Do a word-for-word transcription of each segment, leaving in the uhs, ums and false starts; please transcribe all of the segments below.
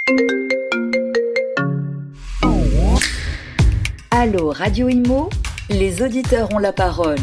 Allô, Radio Imo, les auditeurs ont la parole.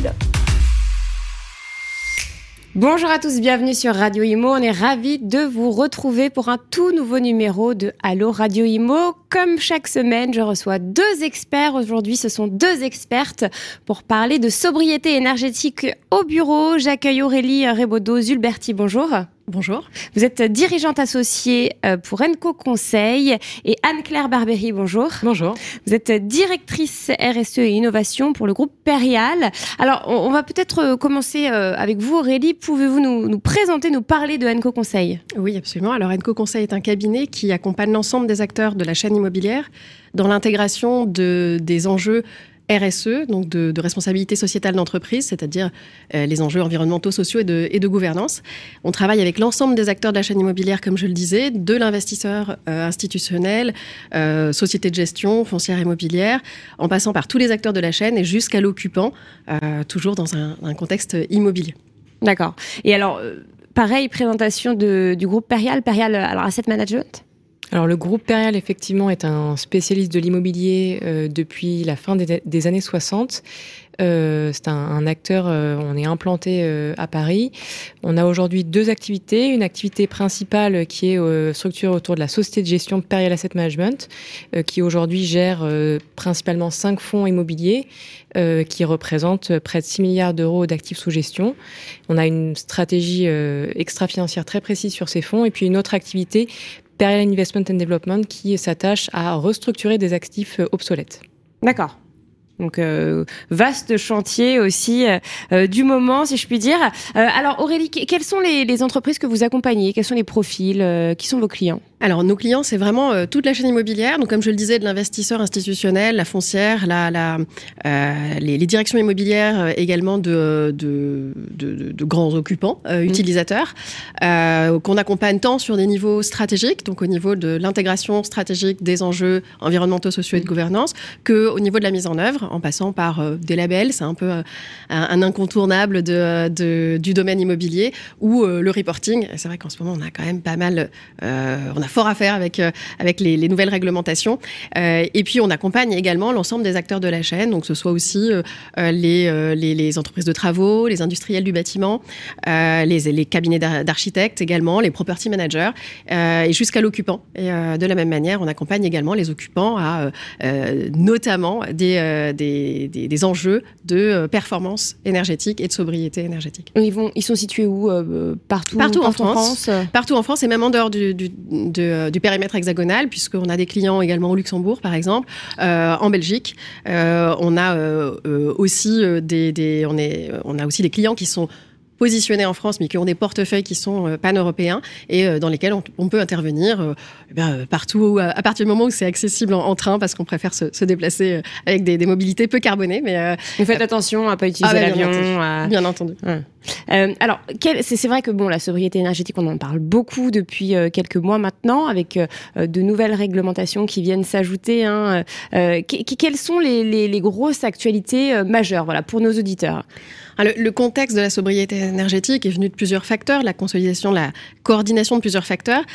Bonjour à tous, bienvenue sur Radio Imo. On est ravis de vous retrouver pour un tout nouveau numéro de Allô Radio Imo. Comme chaque semaine, je reçois deux experts. Aujourd'hui, ce sont deux expertes pour parler de sobriété énergétique au bureau. J'accueille Aurélie Rebaudot-Zulberti. Bonjour. Bonjour. Vous êtes dirigeante associée pour Enco Conseil et Anne-Claire Barbery, bonjour. Bonjour. Vous êtes directrice R S E et innovation pour le groupe Perial. Alors, on va peut-être commencer avec vous, Aurélie. Pouvez-vous nous, nous présenter, nous parler de Enco Conseil ? Oui, absolument. Alors, Enco Conseil est un cabinet qui accompagne l'ensemble des acteurs de la chaîne immobilière dans l'intégration de, des enjeux R S E, donc de, de responsabilité sociétale d'entreprise, c'est-à-dire euh, les enjeux environnementaux, sociaux et de, et de gouvernance. On travaille avec l'ensemble des acteurs de la chaîne immobilière, comme je le disais, de l'investisseur euh, institutionnel, euh, société de gestion, foncière immobilière, en passant par tous les acteurs de la chaîne et jusqu'à l'occupant, euh, toujours dans un, un contexte immobilier. D'accord. Et alors, euh, pareil, présentation de, du groupe Perial, Perial alors Asset Management ? Alors le groupe Perial, effectivement, est un spécialiste de l'immobilier euh, depuis la fin des, des années soixante. Euh, c'est un, un acteur, euh, on est implanté euh, à Paris. On a aujourd'hui deux activités. Une activité principale qui est euh, structurée autour de la société de gestion Perial Asset Management, euh, qui aujourd'hui gère euh, principalement cinq fonds immobiliers euh, qui représentent près de six milliards d'euros d'actifs sous gestion. On a une stratégie euh, extra-financière très précise sur ces fonds. Et puis une autre activité, Perial Investment and Development, qui s'attache à restructurer des actifs obsolètes. D'accord. Donc, euh, vaste chantier aussi euh, du moment, si je puis dire. Euh, alors, Aurélie, quelles sont les, les entreprises que vous accompagnez ? Quels sont les profils ? euh, Qui sont vos clients ? Alors, nos clients, c'est vraiment euh, toute la chaîne immobilière. Donc, comme je le disais, de l'investisseur institutionnel, la foncière, la, la, euh, les, les directions immobilières, euh, également de, de, de, de, de grands occupants, euh, mmh. utilisateurs, euh, qu'on accompagne tant sur des niveaux stratégiques, donc au niveau de l'intégration stratégique des enjeux environnementaux, sociaux et de gouvernance, qu'au niveau de la mise en œuvre, en passant par euh, des labels. C'est un peu euh, un, un incontournable de, de, du domaine immobilier, ou euh, le reporting. C'est vrai qu'en ce moment, on a quand même pas mal... Euh, on a fort à faire avec, euh, avec les, les nouvelles réglementations. Euh, et puis, on accompagne également l'ensemble des acteurs de la chaîne, donc ce soit aussi euh, les, euh, les, les entreprises de travaux, les industriels du bâtiment, euh, les, les cabinets d'architectes également, les property managers, euh, et jusqu'à l'occupant. Et euh, de la même manière, on accompagne également les occupants à euh, notamment des, euh, des, des, des enjeux de performance énergétique et de sobriété énergétique. Ils, vont, ils sont situés où euh, partout, partout, partout en en France, France Partout en France, et même en dehors du, du, de, du périmètre hexagonal, puisqu'on a des clients également au Luxembourg, par exemple, euh, en Belgique. Euh, on a euh, euh, aussi des, des, on est, on a aussi des clients qui sont positionnés en France, mais qui ont des portefeuilles qui sont euh, pan-européens et euh, dans lesquels on, on peut intervenir euh, eh bien, partout, à, à partir du moment où c'est accessible en, en train, parce qu'on préfère se, se déplacer euh, avec des, des mobilités peu carbonées. Mais euh, vous faites attention à ne pas utiliser ah, bah, l'avion. Bien entendu. À... Bien entendu. Ouais. Euh, alors, quel, c'est, c'est vrai que bon, la sobriété énergétique, on en parle beaucoup depuis euh, quelques mois maintenant, avec euh, de nouvelles réglementations qui viennent s'ajouter. Hein. Euh, qu- quelles sont les, les, les grosses actualités euh, majeures, voilà, pour nos auditeurs ? Le, le contexte de la sobriété énergétique est venu de plusieurs facteurs, la consolidation, la coordination de plusieurs facteurs.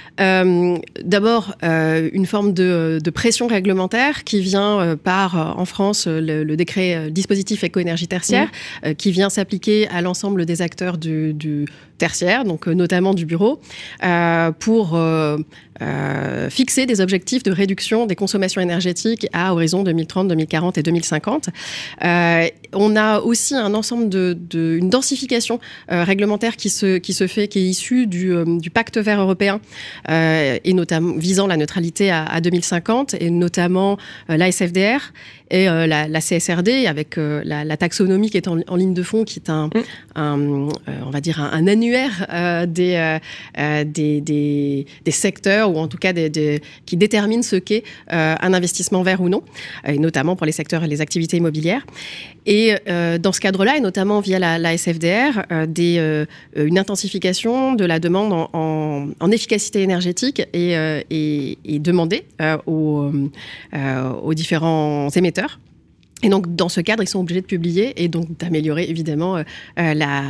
Euh, d'abord, euh, une forme de, de pression réglementaire qui vient euh, par, euh, en France, le, le décret euh, dispositif éco-énergie tertiaire, mmh. euh, qui vient s'appliquer à l'ensemble des acteurs du, du tertiaire, donc euh, notamment du bureau, euh, pour euh, euh, fixer des objectifs de réduction des consommations énergétiques à horizon deux mille trente, deux mille quarante et deux mille cinquante. Euh, on a aussi un ensemble de, de une densification euh, réglementaire qui se qui se fait, qui est issue du, euh, du pacte vert européen. Euh, et notamment visant la neutralité à, à deux mille cinquante, et notamment euh, l'A S F D R et euh, la, la C S R D, avec euh, la, la taxonomie qui est en, en ligne de fond, qui est un, mmh. un euh, on va dire un, un annuaire euh, des, euh, des, des, des secteurs, ou en tout cas des, des, qui détermine ce qu'est euh, un investissement vert ou non, et notamment pour les secteurs et les activités immobilières. Et euh, dans ce cadre-là, et notamment via la, la S F D R, euh, des, euh, une intensification de la demande en, en, en efficacité énergétique est, euh, est, est demandée euh, aux, euh, aux différents émetteurs. Et donc, dans ce cadre, ils sont obligés de publier et donc d'améliorer, évidemment, euh, la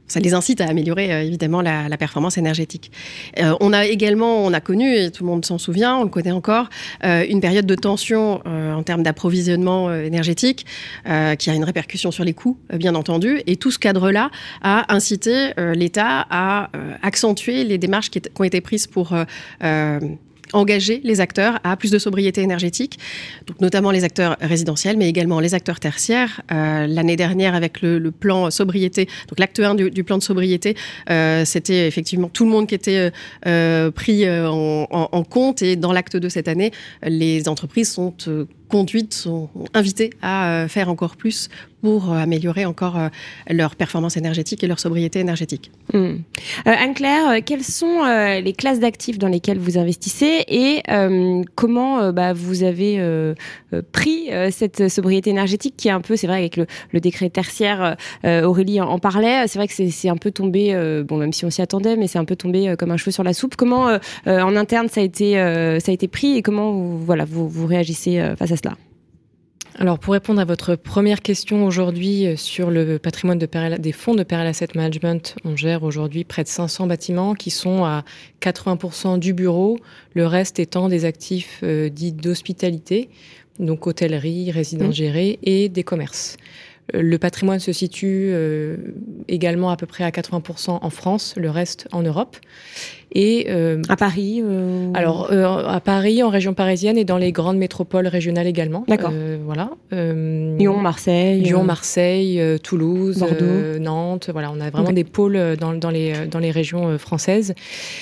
ça les incite à améliorer euh, évidemment la, la performance énergétique. Euh, on a également, on a connu, et tout le monde s'en souvient, on le connaît encore, euh, une période de tension euh, en termes d'approvisionnement euh, énergétique euh, qui a une répercussion sur les coûts, euh, bien entendu. Et tout ce cadre-là a incité euh, l'État à euh, accentuer les démarches qui, est, qui ont été prises pour euh, euh, engager les acteurs à plus de sobriété énergétique, donc notamment les acteurs résidentiels, mais également les acteurs tertiaires. Euh, l'année dernière, avec le, le plan sobriété, donc l'acte un du, du plan de sobriété, euh, c'était effectivement tout le monde qui était euh, pris en, en, en compte. Et dans l'acte deux cette année, les entreprises sont euh, conduites, sont invitées à euh, faire encore plus pour euh, améliorer encore euh, leur performance énergétique et leur sobriété énergétique. Mmh. Euh, Anne-Claire, quelles sont euh, les classes d'actifs dans lesquelles vous investissez et euh, comment euh, bah, vous avez euh, euh, pris euh, cette sobriété énergétique qui est un peu, c'est vrai, avec le, le décret tertiaire, euh, Aurélie en, en parlait, c'est vrai que c'est, c'est un peu tombé, euh, bon, même si on s'y attendait, mais c'est un peu tombé euh, comme un cheveu sur la soupe. Comment euh, euh, en interne ça a été, euh, ça a été pris et comment vous, voilà, vous, vous réagissez euh, face à cela? Alors, pour répondre à votre première question aujourd'hui sur le patrimoine de Perel, des fonds de Perel Asset Management, on gère aujourd'hui près de cinq cents bâtiments qui sont à quatre-vingts pour cent du bureau, le reste étant des actifs euh, dits d'hospitalité, donc hôtellerie, résidence gérée et des commerces. Le patrimoine se situe euh, également à peu près à quatre-vingts pour cent en France, le reste en Europe. Et euh, à Paris euh... Alors, euh, à Paris, en région parisienne et dans les grandes métropoles régionales également. D'accord. Euh, voilà. Euh, Lyon, Marseille. Lyon, Marseille, euh, Toulouse, Bordeaux. Euh, Nantes. Voilà, on a vraiment okay. des pôles dans, dans, les, dans les régions françaises.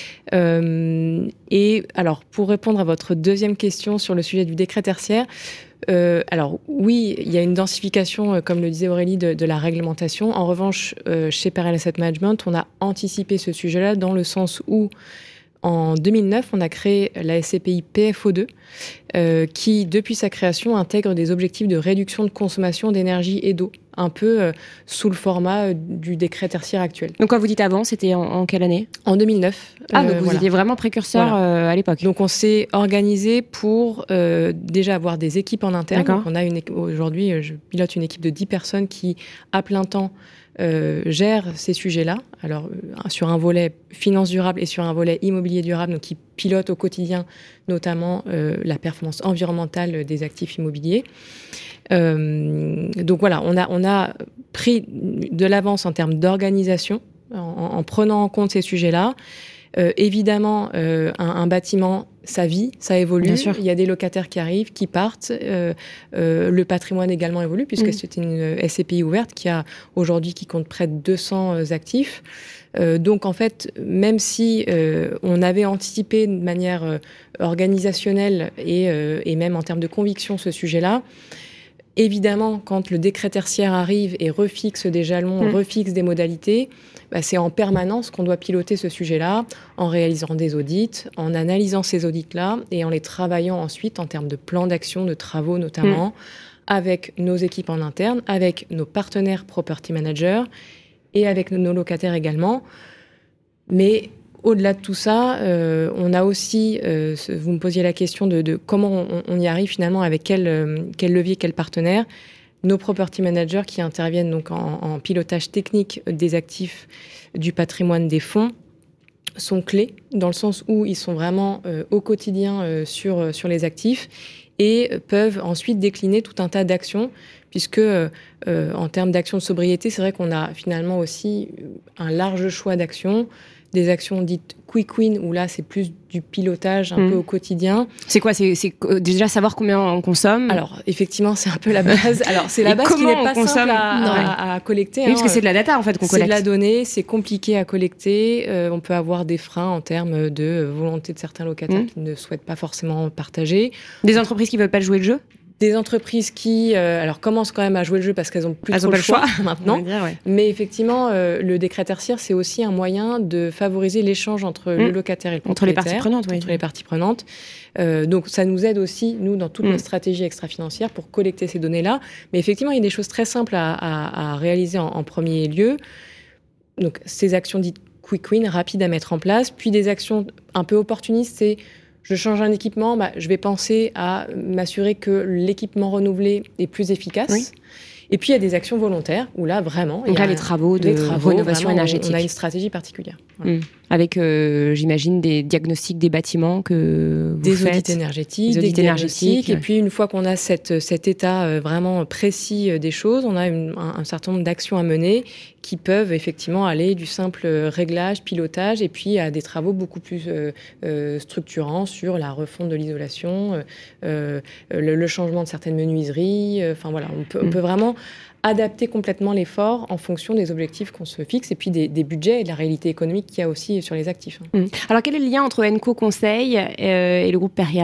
Euh, et alors, pour répondre à votre deuxième question sur le sujet du décret tertiaire, Euh, alors oui, il y a une densification, euh, comme le disait Aurélie, de, de la réglementation. En revanche, euh, chez Perel Asset Management, on a anticipé ce sujet-là dans le sens où, en deux mille neuf, on a créé la S C P I P F O deux, euh, qui, depuis sa création, intègre des objectifs de réduction de consommation d'énergie et d'eau, un peu euh, sous le format euh, du décret tertiaire actuel. Donc quand vous dites avant, c'était en, en quelle année ? En deux mille neuf. Ah, donc euh, vous voilà. étiez vraiment précurseur Voilà. euh, à l'époque. Donc on s'est organisé pour euh, déjà avoir des équipes en interne. Donc on a une, aujourd'hui, je pilote une équipe de dix personnes qui, à plein temps, Euh, gère ces sujets-là, alors euh, sur un volet finance durable et sur un volet immobilier durable, donc qui pilote au quotidien notamment euh, la performance environnementale des actifs immobiliers. Euh, donc voilà, on a, on a pris de l'avance en termes d'organisation en, en prenant en compte ces sujets-là. Euh, évidemment, euh, un, un bâtiment, ça vit, ça évolue. Il y a des locataires qui arrivent, qui partent. Euh, euh, le patrimoine également évolue, puisque mmh. c'est une S C P I ouverte qui a aujourd'hui qui compte près de deux cents actifs. Euh, donc en fait, même si euh, on avait anticipé de manière euh, organisationnelle et, euh, et même en termes de conviction ce sujet-là, évidemment, quand le décret tertiaire arrive et refixe des jalons, mmh. refixe des modalités, bah, c'est en permanence qu'on doit piloter ce sujet-là, en réalisant des audits, en analysant ces audits-là et en les travaillant ensuite en termes de plan d'action, de travaux notamment, mmh. avec nos équipes en interne, avec nos partenaires property managers et avec nos locataires également. Mais au-delà de tout ça, euh, on a aussi, euh, vous me posiez la question de, de comment on, on y arrive finalement, avec quel, euh, quel levier, quel partenaire. Nos property managers qui interviennent donc en, en pilotage technique des actifs, du patrimoine des fonds, sont clés dans le sens où ils sont vraiment euh, au quotidien euh, sur, sur les actifs et peuvent ensuite décliner tout un tas d'actions, puisque euh, en termes d'actions de sobriété, c'est vrai qu'on a finalement aussi un large choix d'actions, des actions dites quick win, où là, c'est plus du pilotage un mmh. peu au quotidien. C'est quoi ? C'est, c'est déjà savoir combien on consomme ? Alors, effectivement, c'est un peu la base. Alors, c'est la base qui n'est pas simple à, à, à collecter. Oui, hein. parce que c'est de la data, en fait, qu'on c'est collecte. C'est de la donnée, c'est compliqué à collecter. Euh, on peut avoir des freins en termes de volonté de certains locataires mmh. qui ne souhaitent pas forcément partager. Des entreprises qui ne veulent pas jouer le jeu ? Des entreprises qui euh, alors commencent quand même à jouer le jeu parce qu'elles ont plus elles trop ont le choix, choix maintenant. Dire, ouais. Mais effectivement, euh, le décret tertiaire, c'est aussi un moyen de favoriser l'échange entre mmh. le locataire et le entre les propriétaire. parties prenantes, oui. Entre les parties prenantes. Euh, donc ça nous aide aussi, nous, dans toute mmh. notre stratégie extra-financière pour collecter ces données-là. Mais effectivement, il y a des choses très simples à, à, à réaliser en, en premier lieu. Donc ces actions dites quick win, rapides à mettre en place. Puis des actions un peu opportunistes, c'est je change un équipement, bah, je vais penser à m'assurer que l'équipement renouvelé est plus efficace. Oui. Et puis il y a des actions volontaires où là vraiment, donc là les travaux de travaux, rénovation énergétique. On a une stratégie particulière. Voilà. Mmh. Avec, euh, j'imagine, des diagnostics des bâtiments que vous des faites. Audits énergétiques, des audits des énergétiques. Et puis, une fois qu'on a cette, cet état euh, vraiment précis des choses, on a une, un, un certain nombre d'actions à mener qui peuvent effectivement aller du simple réglage, pilotage, et puis à des travaux beaucoup plus euh, euh, structurants sur la refonte de l'isolation, euh, le, le changement de certaines menuiseries. Enfin, voilà, on peut, on peut vraiment adapter complètement l'effort en fonction des objectifs qu'on se fixe et puis des, des budgets et de la réalité économique qu'il y a aussi sur les actifs. Mmh. Alors, quel est le lien entre Enco Conseil euh, et le groupe Perial ?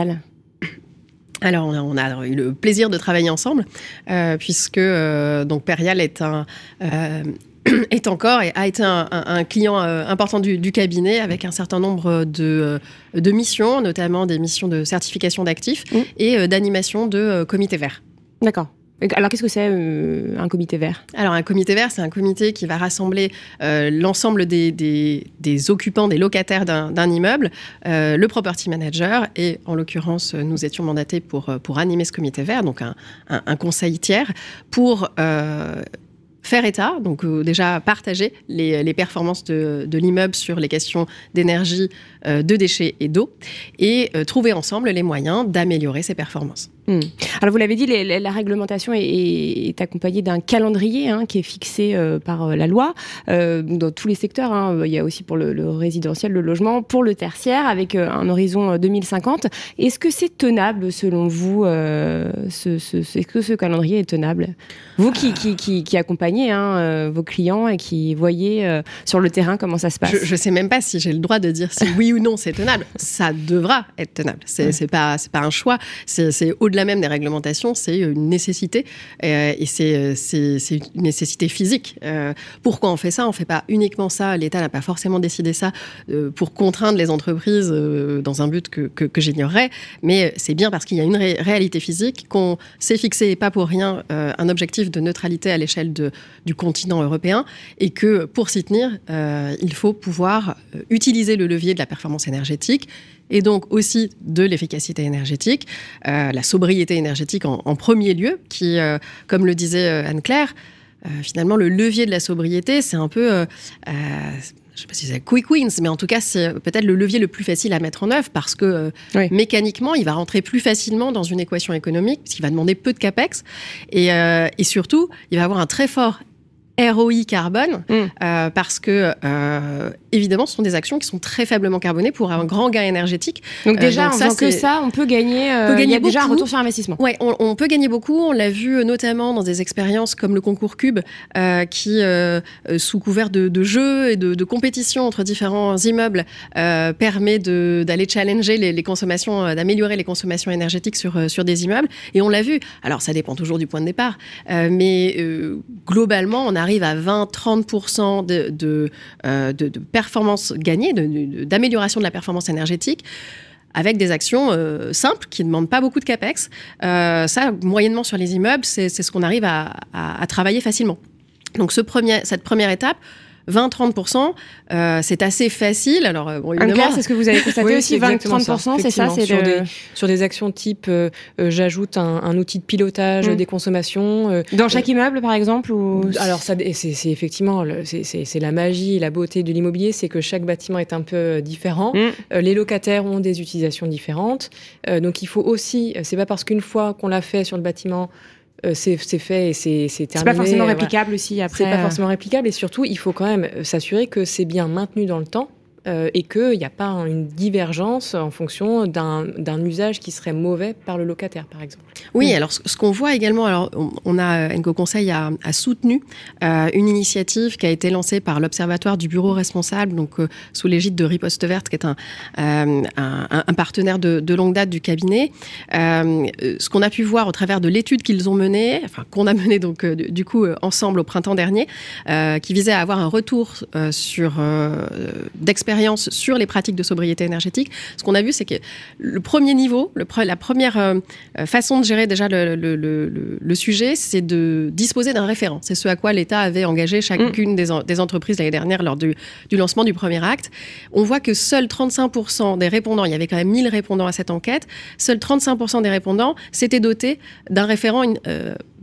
Alors, on a eu le plaisir de travailler ensemble, euh, puisque euh, donc Perial est un... Euh, est encore et a été un, un, un client euh, important du, du cabinet avec un certain nombre de, euh, de missions, notamment des missions de certification d'actifs mmh. et euh, d'animation de euh, comités verts. D'accord. Alors, qu'est-ce que c'est euh, un comité vert ? Alors, un comité vert, c'est un comité qui va rassembler euh, l'ensemble des, des, des occupants, des locataires d'un, d'un immeuble, euh, le property manager, et en l'occurrence, nous étions mandatés pour, pour animer ce comité vert, donc un, un, un conseil tiers, pour... Euh, faire état, donc euh, déjà partager les, les performances de, de l'immeuble sur les questions d'énergie, euh, de déchets et d'eau, et euh, trouver ensemble les moyens d'améliorer ces performances. Mmh. Alors vous l'avez dit, les, les, la réglementation est, est accompagnée d'un calendrier hein, qui est fixé euh, par euh, la loi euh, dans tous les secteurs. Hein. Il y a aussi pour le, le résidentiel, le logement, pour le tertiaire, avec euh, un horizon deux mille cinquante. Est-ce que c'est tenable selon vous euh, ce, ce, Est-ce que ce calendrier est tenable ? Vous qui, qui, qui, qui accompagnez hein, euh, vos clients et qui voyez euh, sur le terrain comment ça se passe. Je ne sais même pas si j'ai le droit de dire si oui ou non c'est tenable. Ça devra être tenable. C'est, ouais. c'est pas, c'est pas un choix. C'est, c'est au-delà même des réglementations, c'est une nécessité euh, et c'est, c'est, c'est une nécessité physique. Euh, pourquoi on fait ça ? On ne fait pas uniquement ça. L'État n'a pas forcément décidé ça euh, pour contraindre les entreprises euh, dans un but que, que, que j'ignorerais, mais c'est bien parce qu'il y a une ré- réalité physique qu'on s'est fixé, et pas pour rien, euh, un objectif de neutralité à l'échelle de, du continent européen, et que pour s'y tenir, euh, il faut pouvoir utiliser le levier de la performance énergétique et donc aussi de l'efficacité énergétique, euh, la sobriété énergétique en, en premier lieu, qui, euh, comme le disait euh, Anne-Claire, euh, finalement le levier de la sobriété, c'est un peu... Euh, euh, je ne sais pas si c'est quick wins, mais en tout cas, c'est peut-être le levier le plus facile à mettre en œuvre parce que euh, oui. mécaniquement, il va rentrer plus facilement dans une équation économique, parce qu'il va demander peu de capex. Et, euh, et surtout, il va avoir un très fort R O I carbone, mmh. euh, parce que, euh, évidemment, ce sont des actions qui sont très faiblement carbonées pour un grand gain énergétique. Donc déjà, euh, donc en faisant que ça, on peut gagner, euh, peut gagner il y a beaucoup. Déjà un retour sur investissement. Oui, on, on peut gagner beaucoup. On l'a vu notamment dans des expériences comme le concours Cube, euh, qui, euh, sous couvert de, de jeux et de, de compétition entre différents immeubles, euh, permet de, d'aller challenger les, les consommations, d'améliorer les consommations énergétiques sur, sur des immeubles. Et on l'a vu. Alors, ça dépend toujours du point de départ, euh, mais euh, globalement, on a arrive à vingt à trente pour cent de, de, euh, de, de performance gagnée, de, de, d'amélioration de la performance énergétique, avec des actions euh, simples qui ne demandent pas beaucoup de capex. Euh, ça, moyennement sur les immeubles, c'est, c'est ce qu'on arrive à, à, à travailler facilement. Donc ce premier, cette première étape, vingt à trente pour cent, euh, c'est assez facile. Alors, bon, évidemment... Anne-Claire, c'est ce que vous avez constaté oui, aussi, vingt à trente pour cent, c'est ça c'est sur, le... des, sur des actions type, euh, euh, j'ajoute un, un outil de pilotage mmh. des consommations. Euh, Dans chaque euh, immeuble, par exemple ou... Alors, ça, c'est, c'est effectivement, c'est, c'est, c'est la magie et la beauté de l'immobilier, c'est que chaque bâtiment est un peu différent. Mmh. Euh, les locataires ont des utilisations différentes. Euh, donc, il faut aussi, c'est pas parce qu'une fois qu'on l'a fait sur le bâtiment, Euh, c'est, c'est fait et c'est, c'est terminé. C'est pas forcément réplicable voilà. aussi après. C'est pas forcément réplicable et surtout, il faut quand même s'assurer que c'est bien maintenu dans le temps euh, et qu'il n'y a pas une divergence en fonction d'un, d'un usage qui serait mauvais par le locataire, par exemple. Oui, mmh. alors ce, ce qu'on voit également, alors on, on a Enco Conseil a, a soutenu euh, une initiative qui a été lancée par l'Observatoire du bureau responsable, donc euh, sous l'égide de Riposte Verte, qui est un, euh, un, un partenaire de, de longue date du cabinet. Euh, ce qu'on a pu voir au travers de l'étude qu'ils ont menée, enfin qu'on a menée donc euh, du coup euh, ensemble au printemps dernier, euh, qui visait à avoir un retour euh, sur euh, d'expérience sur les pratiques de sobriété énergétique. Ce qu'on a vu, c'est que le premier niveau, le pre- la première euh, façon de gérer déjà le, le, le, le, le sujet, c'est de disposer d'un référent. C'est ce à quoi l'État avait engagé chacune mmh. des, en, des entreprises l'année dernière lors du, du lancement du premier acte. On voit que seuls trente-cinq pour cent des répondants, il y avait quand même mille répondants à cette enquête, seuls trente-cinq pour cent des répondants s'étaient dotés d'un référent euh,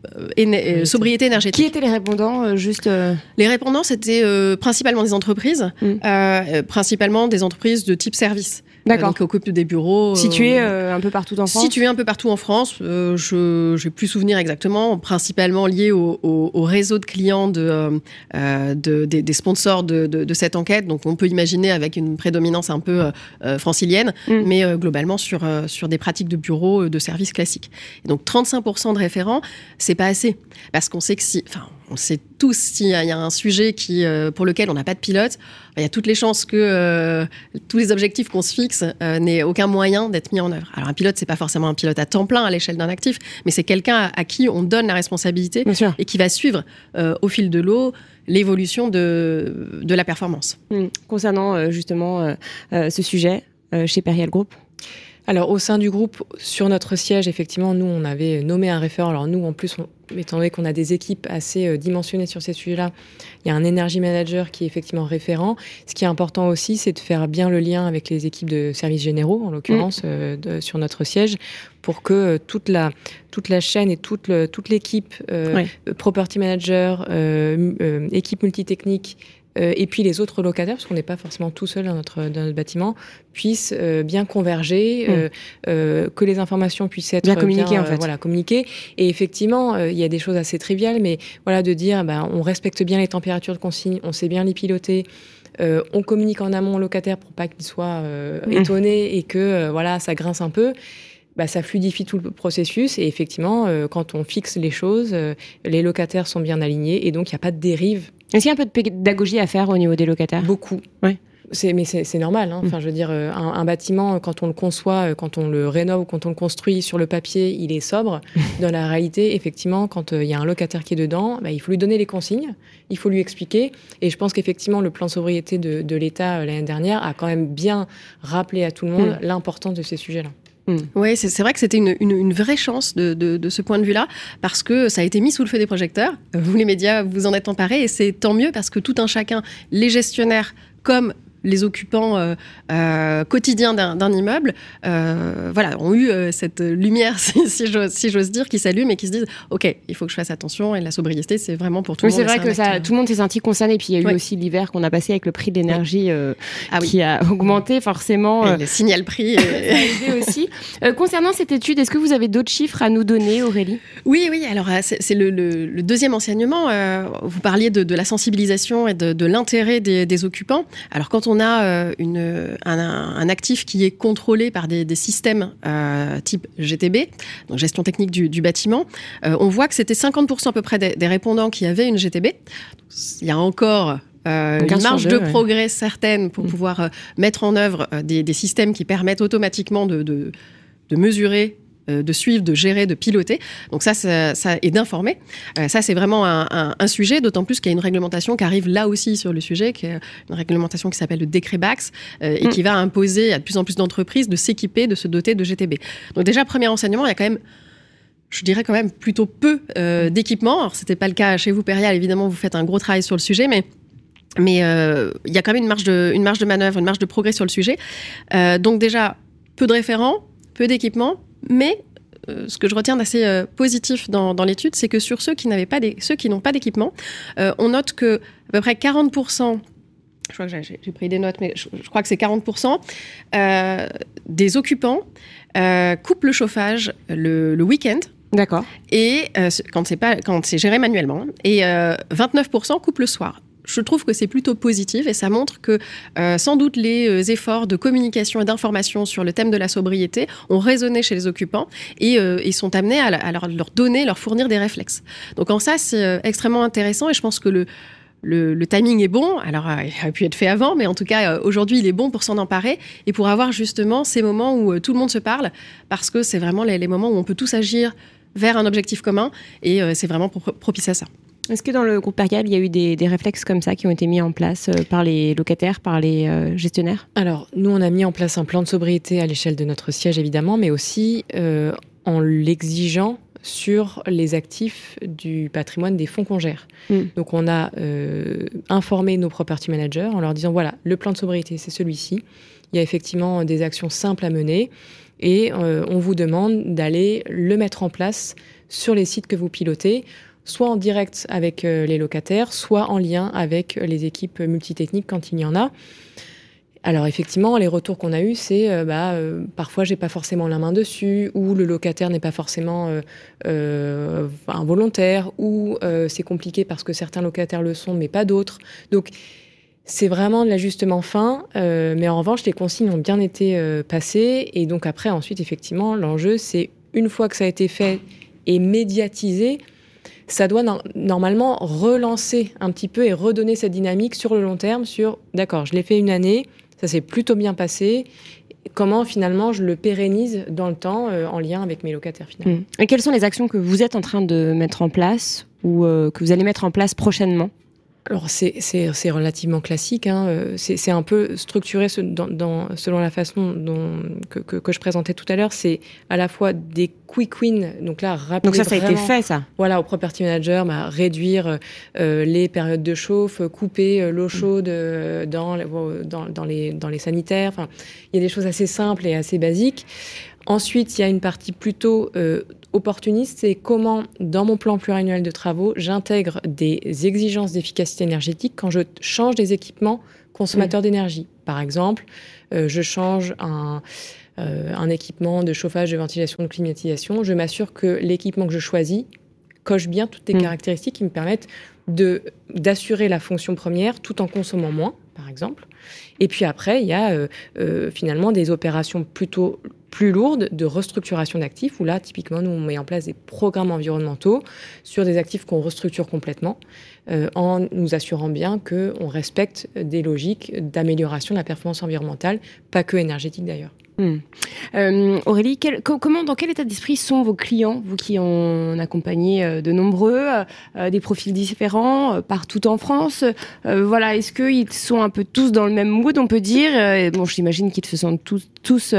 éne- euh, sobriété énergétique. Qui étaient les répondants euh, juste euh... Les répondants, c'était euh, principalement des entreprises, mm. euh, principalement des entreprises de type service. D'accord. Euh, donc, occupent des bureaux. Situés euh, euh, un peu partout en France. Situés un peu partout en France. Euh, je n'ai plus souvenir exactement, principalement liés au, au, au réseau de clients de, euh, de, des, des sponsors de, de, de cette enquête. Donc, on peut imaginer avec une prédominance un peu euh, francilienne, mm. mais euh, globalement sur, euh, sur des pratiques de bureaux, de services classiques. Et donc, trente-cinq pour cent de référents, c'est pas assez. Parce qu'on sait que si... Enfin, on sait tous s'il y a un sujet qui, euh, pour lequel on n'a pas de pilote, il y a toutes les chances que euh, tous les objectifs qu'on se fixe euh, n'aient aucun moyen d'être mis en œuvre. Alors un pilote, c'est pas forcément un pilote à temps plein à l'échelle d'un actif, mais c'est quelqu'un à, à qui on donne la responsabilité et qui va suivre euh, au fil de l'eau l'évolution de, de la performance. Mmh. Concernant euh, justement euh, euh, ce sujet euh, chez Perial Group. Alors, au sein du groupe, sur notre siège, effectivement, nous, on avait nommé un référent. Alors, nous, en plus, on, étant donné qu'on a des équipes assez euh, dimensionnées sur ces sujets-là, il y a un energy manager qui est effectivement référent. Ce qui est important aussi, c'est de faire bien le lien avec les équipes de services généraux, en l'occurrence, mmh. euh, de, sur notre siège, pour que euh, toute, la, toute la chaîne et toute, le, toute l'équipe, euh, oui. property manager, euh, euh, équipe multitechnique, Euh, et puis les autres locataires, parce qu'on n'est pas forcément tout seul dans notre, dans notre bâtiment, puissent euh, bien converger, mmh. euh, euh, que les informations puissent être bien communiquées, bien, en fait. Euh, voilà, communiquées. Et effectivement, il euh, y a des choses assez triviales, mais voilà, de dire, ben, on respecte bien les températures de consigne, on sait bien les piloter. Euh, on communique en amont aux locataires pour pas qu'ils soient euh, mmh. étonnés et que euh, voilà, ça grince un peu. Bah, ça fluidifie tout le processus et effectivement, euh, quand on fixe les choses, euh, les locataires sont bien alignés et donc il n'y a pas de dérive. Est-ce qu'il y a un peu de pédagogie à faire au niveau des locataires ? Beaucoup. Oui. C'est, mais c'est, c'est normal. Hein. Enfin, je veux dire, un, un bâtiment, quand on le conçoit, quand on le rénove ou quand on le construit sur le papier, il est sobre. Dans la réalité, effectivement, quand il euh, y a un locataire qui est dedans, bah, il faut lui donner les consignes, il faut lui expliquer. Et je pense qu'effectivement, le plan de sobriété de, de l'État euh, l'année dernière a quand même bien rappelé à tout le monde mmh. l'importance de ces sujets-là. Mmh. Oui, c'est, c'est vrai que c'était une, une, une vraie chance de, de, de ce point de vue-là, parce que ça a été mis sous le feu des projecteurs. Vous, les médias, vous en êtes emparés, et c'est tant mieux, parce que tout un chacun, les gestionnaires comme les occupants euh, euh, quotidiens d'un, d'un immeuble, euh, voilà, ont eu euh, cette lumière, si, si, j'ose, si j'ose dire, qui s'allume et qui se disent « Ok, il faut que je fasse attention » et la sobriété, c'est vraiment pour tout oui, le monde. C'est vrai que ça, tout le monde s'est senti concerné. Et puis il y a eu oui. aussi l'hiver qu'on a passé avec le prix de l'énergie euh, ah, oui. qui a augmenté forcément. Euh, le signal prix. Et... ça a aidé aussi. Euh, concernant cette étude, est-ce que vous avez d'autres chiffres à nous donner, Aurélie ? Oui, oui. Alors c'est, c'est le, le, le deuxième enseignement. Euh, vous parliez de, de la sensibilisation et de, de l'intérêt des, des occupants. Alors quand on a euh, une Une, un, un actif qui est contrôlé par des, des systèmes euh, type G T B, donc gestion technique du, du bâtiment, euh, on voit que c'était cinquante pour cent à peu près des, des répondants qui avaient une G T B. Il y a encore euh, une marge deux, de ouais. progrès certaine pour mmh. pouvoir euh, mettre en œuvre euh, des, des systèmes qui permettent automatiquement de, de, de mesurer, de suivre, de gérer, de piloter. Donc ça, ça, ça et d'informer. Euh, ça, c'est vraiment un, un, un sujet, d'autant plus qu'il y a une réglementation qui arrive là aussi sur le sujet, qui est une réglementation qui s'appelle le décret Bax, euh, et mmh. qui va imposer à de plus en plus d'entreprises de s'équiper, de se doter de G T B. Donc déjà, premier enseignement, il y a quand même, je dirais quand même plutôt peu euh, d'équipements. Alors, c'était pas le cas chez vous, Perial. Évidemment, vous faites un gros travail sur le sujet, mais mais il euh, y a quand même une marge de, une marge de manœuvre, une marge de progrès sur le sujet. Euh, donc déjà, peu de référents, peu d'équipements. Mais euh, ce que je retiens d'assez euh, positif dans, dans l'étude, c'est que sur ceux qui, n'avaient pas des, ceux qui n'ont pas d'équipement, euh, on note que à peu près quarante pour cent, je crois que j'ai, j'ai pris des notes, mais je, je crois que c'est quarante pour cent euh, des occupants euh, coupent le chauffage le, le week-end. D'accord. Et euh, quand, c'est pas, quand c'est géré manuellement. Et euh, vingt-neuf pour cent coupent le soir. Je trouve que c'est plutôt positif et ça montre que euh, sans doute les euh, efforts de communication et d'information sur le thème de la sobriété ont résonné chez les occupants et, euh, et sont amenés à, à leur, leur donner, leur fournir des réflexes. Donc en ça, c'est euh, extrêmement intéressant et je pense que le, le, le timing est bon. Alors euh, il aurait pu être fait avant, mais en tout cas euh, aujourd'hui il est bon pour s'en emparer et pour avoir justement ces moments où euh, tout le monde se parle, parce que c'est vraiment les, les moments où on peut tous agir vers un objectif commun et euh, c'est vraiment pro- propice à ça. Est-ce que dans le groupe Perial, il y a eu des, des réflexes comme ça qui ont été mis en place euh, par les locataires, par les euh, gestionnaires ? Alors, nous, on a mis en place un plan de sobriété à l'échelle de notre siège, évidemment, mais aussi euh, en l'exigeant sur les actifs du patrimoine des fonds qu'on gère. Mm. Donc, on a euh, informé nos property managers en leur disant, voilà, le plan de sobriété, c'est celui-ci. Il y a effectivement des actions simples à mener et euh, on vous demande d'aller le mettre en place sur les sites que vous pilotez, soit en direct avec euh, les locataires, soit en lien avec les équipes multitechniques quand il y en a. Alors effectivement, les retours qu'on a eus, c'est euh, bah, euh, parfois j'ai pas forcément la main dessus, ou le locataire n'est pas forcément euh, euh, involontaire, ou euh, c'est compliqué parce que certains locataires le sont, mais pas d'autres. Donc c'est vraiment de l'ajustement fin, euh, mais en revanche, les consignes ont bien été euh, passées, et donc après, ensuite, effectivement, l'enjeu, c'est une fois que ça a été fait et médiatisé, ça doit no- normalement relancer un petit peu et redonner cette dynamique sur le long terme, sur d'accord, je l'ai fait une année, ça s'est plutôt bien passé. Comment finalement je le pérennise dans le temps euh, en lien avec mes locataires finalement. Mmh. Et quelles sont les actions que vous êtes en train de mettre en place ou euh, que vous allez mettre en place prochainement ? Alors c'est, c'est, c'est relativement classique, hein. c'est, c'est un peu structuré ce, dans, dans, selon la façon dont, que, que, que je présentais tout à l'heure. C'est à la fois des quick wins, donc là rappeler Donc ça, ça a été fait, ça. Voilà, au property manager, bah, réduire euh, les périodes de chauffe, couper euh, l'eau chaude euh, dans, dans, dans, les, dans les sanitaires. Enfin, il y a des choses assez simples et assez basiques. Ensuite, il y a une partie plutôt euh, opportuniste, c'est comment, dans mon plan pluriannuel de travaux, j'intègre des exigences d'efficacité énergétique quand je change des équipements consommateurs mmh. d'énergie. Par exemple, euh, je change un, euh, un équipement de chauffage, de ventilation, de climatisation. Je m'assure que l'équipement que je choisis coche bien toutes les mmh. caractéristiques qui me permettent de, d'assurer la fonction première tout en consommant moins, par exemple. Et puis après, il y a euh, euh, finalement des opérations plutôt plus lourde de restructuration d'actifs, où là, typiquement, nous, on met en place des programmes environnementaux sur des actifs qu'on restructure complètement, euh, en nous assurant bien qu'on respecte des logiques d'amélioration de la performance environnementale, pas que énergétique d'ailleurs. Mmh. Euh, Aurélie, quel, comment, dans quel état d'esprit sont vos clients, vous qui en accompagnez euh, de nombreux, euh, des profils différents, euh, partout en France, euh, voilà, est-ce qu'ils sont un peu tous dans le même mood, on peut dire, euh, bon, j'imagine qu'ils se sentent tous, tous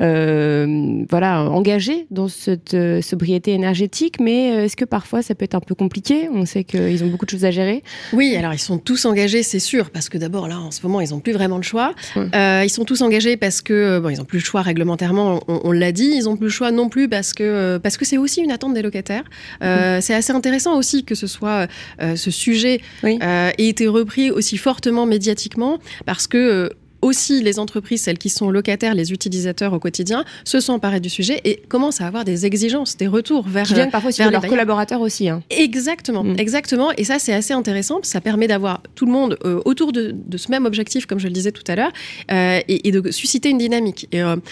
euh, voilà, engagés dans cette euh, sobriété énergétique, mais est-ce que parfois ça peut être un peu compliqué ? On sait qu'ils ont beaucoup de choses à gérer. Oui, alors ils sont tous engagés, c'est sûr, parce que d'abord, là, en ce moment, ils n'ont plus vraiment le choix. Mmh. Euh, ils sont tous engagés parce que, bon, ils n'ont plus le choix réglementairement, on, on l'a dit, ils n'ont plus le choix non plus parce que, parce que c'est aussi une attente des locataires. Euh, mmh. C'est assez intéressant aussi que ce soit euh, ce sujet oui. euh, ait été repris aussi fortement médiatiquement, parce que euh, aussi, les entreprises, celles qui sont locataires, les utilisateurs au quotidien, se sont emparées du sujet et commencent à avoir des exigences, des retours vers qui viennent parfois aussi vers leurs collaborateurs aussi. Hein. Exactement, mmh. exactement. Et ça, c'est assez intéressant. Ça permet d'avoir tout le monde euh, autour de, de ce même objectif, comme je le disais tout à l'heure, euh, et, et de susciter une dynamique. Et euh,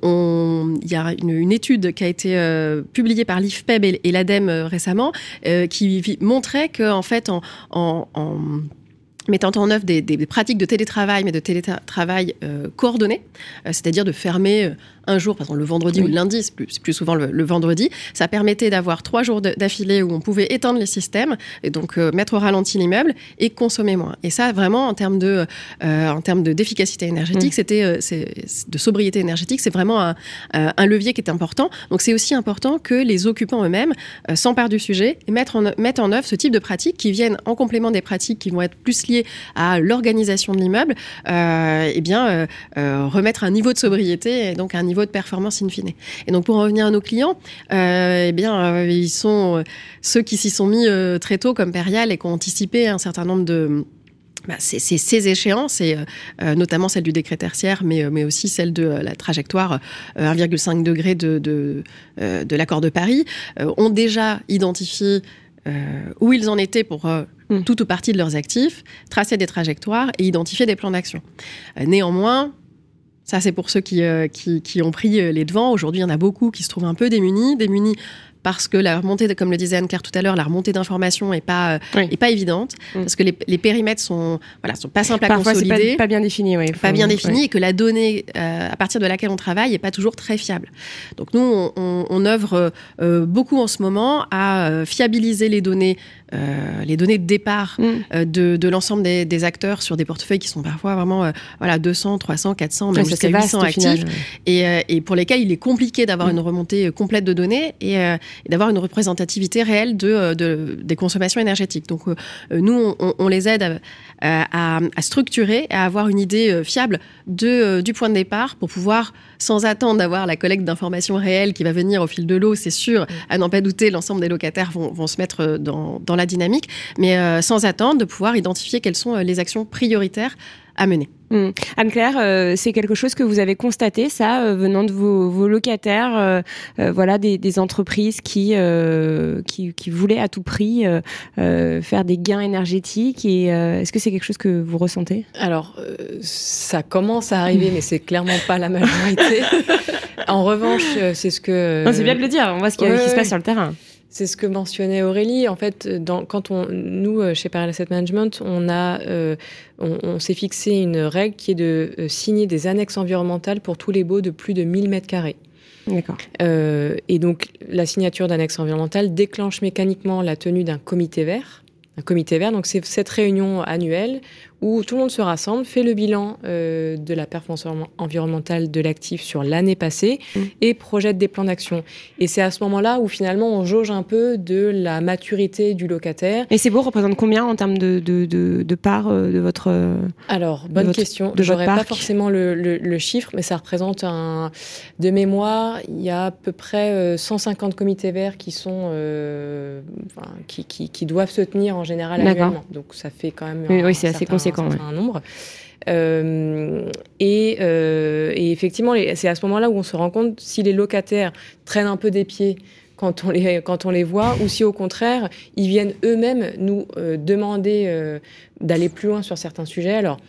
on, il y a une, une étude qui a été euh, publiée par l'I F P E B et, et l'ADEME euh, récemment, euh, qui montrait que, en fait, en, en, en mettant en œuvre des, des pratiques de télétravail, mais de télétravail euh, coordonné, euh, c'est-à-dire de fermer euh, un jour, par exemple le vendredi oui. ou le lundi, c'est plus, c'est plus souvent le, le vendredi, ça permettait d'avoir trois jours de, d'affilée où on pouvait éteindre les systèmes, et donc euh, mettre au ralenti l'immeuble et consommer moins. Et ça, vraiment, en termes de, euh, en termes de, d'efficacité énergétique, mmh. c'était, euh, c'est, de sobriété énergétique, c'est vraiment un, euh, un levier qui est important. Donc c'est aussi important que les occupants eux-mêmes euh, s'emparent du sujet et mettent en, mettent en œuvre ce type de pratiques qui viennent en complément des pratiques qui vont être plus liées à l'organisation de l'immeuble, euh, et bien euh, euh, remettre un niveau de sobriété et donc un niveau de performance in fine. Et donc pour en revenir à nos clients, euh, eh bien euh, ils sont euh, ceux qui s'y sont mis euh, très tôt comme Perial et qui ont anticipé un certain nombre de Bah, c'est, c'est ces échéances, et euh, notamment celle du décret tertiaire, mais, mais aussi celle de euh, la trajectoire euh, un virgule cinq degré de, de, euh, de l'accord de Paris, euh, ont déjà identifié euh, où ils en étaient pour euh, mmh. toute ou partie de leurs actifs, tracé des trajectoires et identifié des plans d'action. Euh, néanmoins, ça c'est pour ceux qui, euh, qui, qui ont pris les devants. Aujourd'hui, il y en a beaucoup qui se trouvent un peu démunis, démunis parce que la remontée, de, comme le disait Anne-Claire tout à l'heure, la remontée d'informations n'est pas, oui. est pas évidente, mmh. parce que les, les périmètres sont, voilà, sont pas simples à Parfois, consolider. Parfois, c'est pas, pas bien défini. Oui. Faut, pas bien défini, oui. et que la donnée euh, à partir de laquelle on travaille n'est pas toujours très fiable. Donc nous, on, on, on œuvre euh, beaucoup en ce moment à euh, fiabiliser les données, euh, les données de départ mmh. euh, de, de l'ensemble des, des acteurs sur des portefeuilles qui sont parfois vraiment euh, voilà, deux cents, trois cents, quatre cents, même oui, jusqu'à huit cents actifs, final, oui. et, euh, et pour lesquels il est compliqué d'avoir mmh. une remontée complète de données. Et, euh, et d'avoir une représentativité réelle de, de, des consommations énergétiques. Donc, euh, nous, on, on les aide à, à, à structurer, à avoir une idée fiable de, du point de départ pour pouvoir, sans attendre d'avoir la collecte d'informations réelles qui va venir au fil de l'eau, c'est sûr, à n'en pas douter, l'ensemble des locataires vont, vont se mettre dans, dans la dynamique, mais euh, sans attendre de pouvoir identifier quelles sont les actions prioritaires à mener. Mmh. Anne-Claire, euh, c'est quelque chose que vous avez constaté, ça, euh, venant de vos, vos locataires, euh, euh, voilà, des, des entreprises qui, euh, qui, qui voulaient à tout prix euh, euh, faire des gains énergétiques. Et euh, est-ce que c'est quelque chose que vous ressentez ? Alors, euh, ça commence à arriver, mais c'est clairement pas la majorité. En revanche, c'est ce que... Non, c'est bien de le dire, on voit ce qui, ouais, qui se ouais. passe sur le terrain. C'est ce que mentionnait Aurélie. En fait, dans, quand on, nous, chez Pareil Asset Management, on, a, euh, on, on s'est fixé une règle qui est de euh, signer des annexes environnementales pour tous les baux de plus de mille mètres carrés. D'accord. Euh, et donc, la signature d'annexes environnementales déclenche mécaniquement la tenue d'un comité vert. Un comité vert, donc c'est cette réunion annuelle où tout le monde se rassemble, fait le bilan euh, de la performance environnementale de l'actif sur l'année passée mmh. et projette des plans d'action. Et c'est à ce moment-là où finalement on jauge un peu de la maturité du locataire. Et ces baux représentent combien en termes de, de, de, de part euh, de votre euh, Alors, bonne de votre, question. De J'aurais votre pas forcément le, le, le chiffre, mais ça représente un... De mémoire, il y a à peu près euh, cent cinquante comités verts qui sont... Euh, enfin, qui, qui, qui doivent se tenir en général annuellement. Donc ça fait quand même... Oui, un, oui c'est un assez certain, conséquent. Un certain ouais. nombre. Euh, et, euh, et effectivement, les, c'est à ce moment-là où on se rend compte si les locataires traînent un peu des pieds quand on les, quand on les voit, ou si au contraire, ils viennent eux-mêmes nous euh, demander euh, d'aller plus loin sur certains sujets. Alors,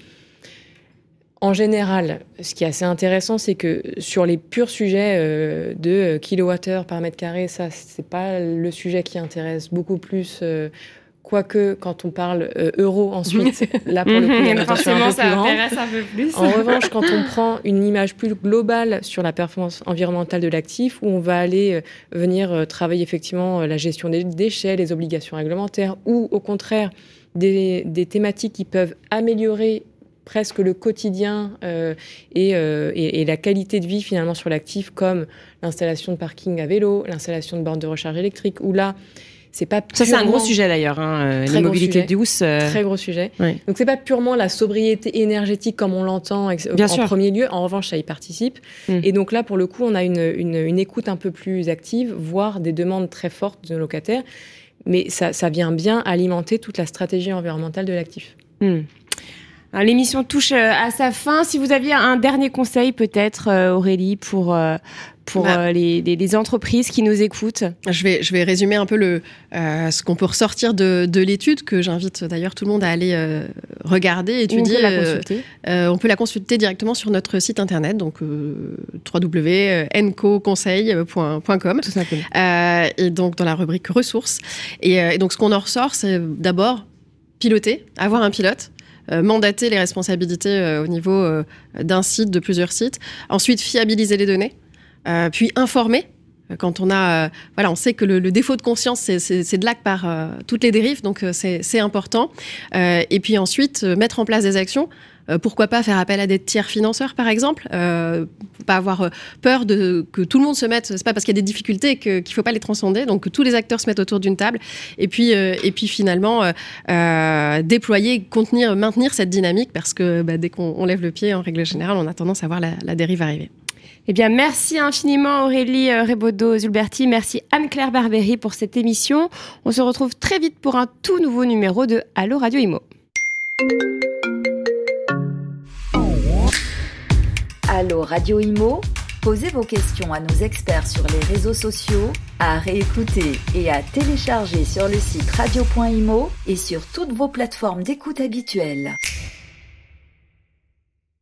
en général, ce qui est assez intéressant, c'est que sur les purs sujets euh, de kilowattheure par mètre carré, ça, c'est pas le sujet qui intéresse beaucoup plus... Euh, Quoique, quand on parle euh, euro ensuite, là, pour le coup, il y a une attention un peu plus grande. Un peu plus. En revanche, quand on prend une image plus globale sur la performance environnementale de l'actif, où on va aller euh, venir euh, travailler effectivement euh, la gestion des déchets, les obligations réglementaires, ou au contraire, des, des thématiques qui peuvent améliorer presque le quotidien euh, et, euh, et, et la qualité de vie finalement sur l'actif, comme l'installation de parking à vélo, l'installation de bornes de recharge électrique, où là, c'est pas purement... Ça, c'est un gros sujet d'ailleurs, hein, les mobilités douces. Euh... Très gros sujet. Oui. Donc, c'est pas purement la sobriété énergétique comme on l'entend ex- en sûr. Premier lieu. En revanche, ça y participe. Mm. Et donc là, pour le coup, on a une, une, une écoute un peu plus active, voire des demandes très fortes de nos locataires. Mais ça, ça vient bien alimenter toute la stratégie environnementale de l'actif. Mm. Alors, l'émission touche à sa fin. Si vous aviez un dernier conseil, peut-être, euh, Aurélie, pour... Euh, pour bah, euh, les, les, les entreprises qui nous écoutent. Je vais, je vais résumer un peu le, euh, ce qu'on peut ressortir de, de l'étude, que j'invite d'ailleurs tout le monde à aller euh, regarder, étudier. On peut la consulter. Euh, on peut la consulter directement sur notre site internet, donc euh, w w w point enco conseil point com. Tout simplement. Euh, et donc dans la rubrique ressources. Et, euh, et donc ce qu'on en ressort, c'est d'abord piloter, avoir un pilote. Euh, mandater les responsabilités euh, au niveau euh, d'un site, de plusieurs sites. Ensuite, fiabiliser les données. Euh, puis informer. Quand on a, euh, voilà, on sait que le, le défaut de conscience, c'est, c'est, c'est de là que part euh, toutes les dérives, donc euh, c'est, c'est important. Euh, et puis ensuite, euh, mettre en place des actions. Euh, pourquoi pas faire appel à des tiers financeurs, par exemple. Euh, faut pas avoir euh, peur de que tout le monde se mette. C'est pas parce qu'il y a des difficultés que, qu'il faut pas les transcender. Donc que tous les acteurs se mettent autour d'une table. Et puis, euh, et puis finalement, euh, euh, déployer, contenir, maintenir cette dynamique, parce que bah, dès qu'on on lève le pied, en règle générale, on a tendance à voir la, la dérive arriver. Eh bien, merci infiniment Aurélie Rebaudot-Zulberti. Merci Anne-Claire Barbery pour cette émission. On se retrouve très vite pour un tout nouveau numéro de Allo Radio Imo. Allo Radio Imo, posez vos questions à nos experts sur les réseaux sociaux, à réécouter et à télécharger sur le site radio point imo et sur toutes vos plateformes d'écoute habituelles.